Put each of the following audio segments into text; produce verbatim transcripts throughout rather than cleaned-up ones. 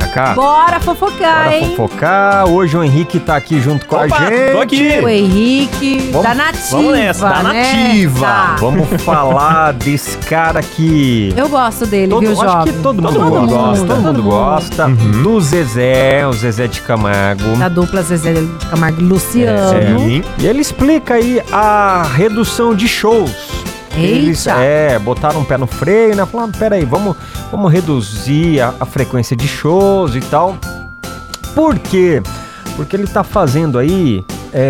cá? Bora fofocar, Bora hein? fofocar. Hoje o Henrique tá aqui junto com Opa, a gente. tô aqui. O Henrique, Vamos- da Nativa. vamos nessa, da né? Nativa. Tá. Vamos falar desse cara aqui. Eu gosto dele, Todo, viu, acho jovem? que todo mundo Todo mundo gosta. gosta. Todo mundo Todo mundo. gosta. Uhum. Do Zezé, o Zezé de Camargo. Da dupla Zezé de Camargo e Luciano. Sim. E ele explica aí a redução de shows. Eles Eita. é, botaram um pé no freio, né? Falaram, peraí, vamos, vamos reduzir a, a frequência de shows e tal. Por quê? Porque ele tá fazendo aí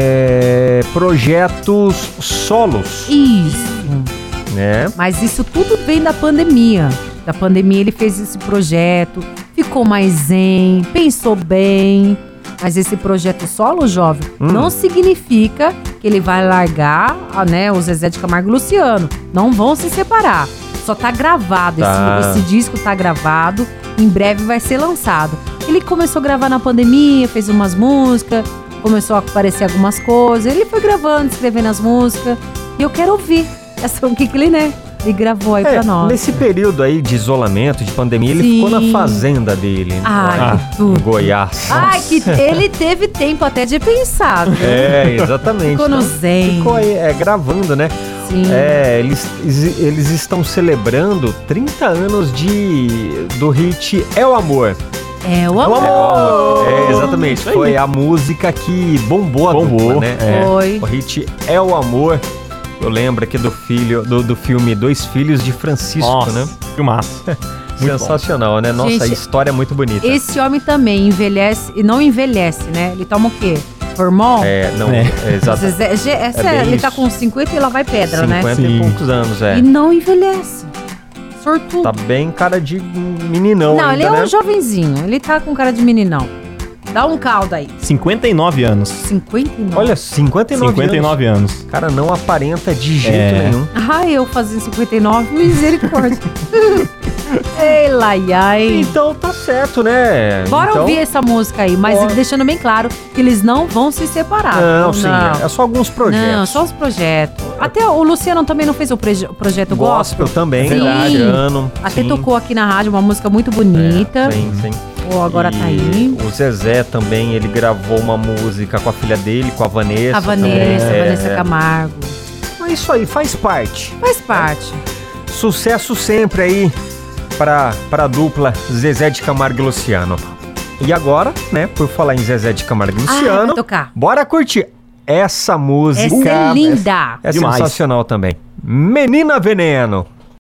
é, projetos solos, Isso. né? Mas isso tudo vem da pandemia. Da pandemia ele fez esse projeto, ficou mais zen, pensou bem. Mas esse projeto solo, jovem, Hum. não significa que ele vai largar, ah, né, o Zezé de Camargo e Luciano. Não vão se separar. Só tá gravado, Tá. Esse, esse disco tá gravado, em breve vai ser lançado. Ele começou a gravar na pandemia, fez umas músicas, começou a aparecer algumas coisas. Ele foi gravando, escrevendo as músicas. E eu quero ouvir essa, o que, que ele, né? Ele gravou aí É, pra nós. nesse período aí de isolamento, de pandemia, ele Sim. ficou na fazenda dele, Ai, lá que tudo. em Goiás. Ai, que ele teve tempo até de pensar, viu? É, exatamente. Ficou no Então, zen. Ficou aí, é, gravando, né? Sim. É, eles, eles estão celebrando trinta anos de, do hit É o Amor. É o amor. É, exatamente. Isso aí. Foi a música que bombou a Bombou, dupla, né? É. Foi. O hit É o Amor. Eu lembro aqui do filho, do, do filme Dois Filhos de Francisco, Nossa, né? filmaço. Muito Sensacional, né? Nossa, Gente, a história é muito bonita. Esse homem também envelhece, e não envelhece, né? Ele toma o quê? Hormônio? É, não, É. é, exato. Zezé- Ge- essa- É bem ele tá isso. com cinquenta e lá vai pedra, né? cinquenta e Sim. poucos anos, é. E não envelhece. Sortudo. Tá bem cara de meninão não, ainda, ele é né? um jovenzinho. Ele tá com cara de meninão. Dá um caldo aí. cinquenta e nove anos. cinquenta e nove. Olha, cinquenta e nove cinquenta e nove anos. anos. Cara, não aparenta de jeito É. nenhum. Ai, eu fazendo cinquenta e nove, misericórdia. Ei, lai, ai. Então tá certo, né? Bora então, ouvir essa música aí, mas Bora. deixando bem claro que eles não vão se separar. Não, viu? sim, é só alguns projetos. Não, só os projetos. Até o Luciano também não fez o, proje- o projeto Gospel gospel. também, Sim. Luciano. Até sim. tocou aqui na rádio uma música muito bonita. É, sim, sim. Pô, agora E tá aí. O Zezé também, ele gravou uma música com a filha dele, com a Vanessa. A Vanessa, também. a Vanessa É. Camargo. Mas isso aí, faz parte. Faz parte. Sucesso sempre aí pra, pra dupla Zezé de Camargo e Luciano. E agora, né, por falar em Zezé de Camargo e Ah, Luciano, vai tocar. bora curtir essa música. Essa é linda. É Demais. sensacional também. Menina Veneno.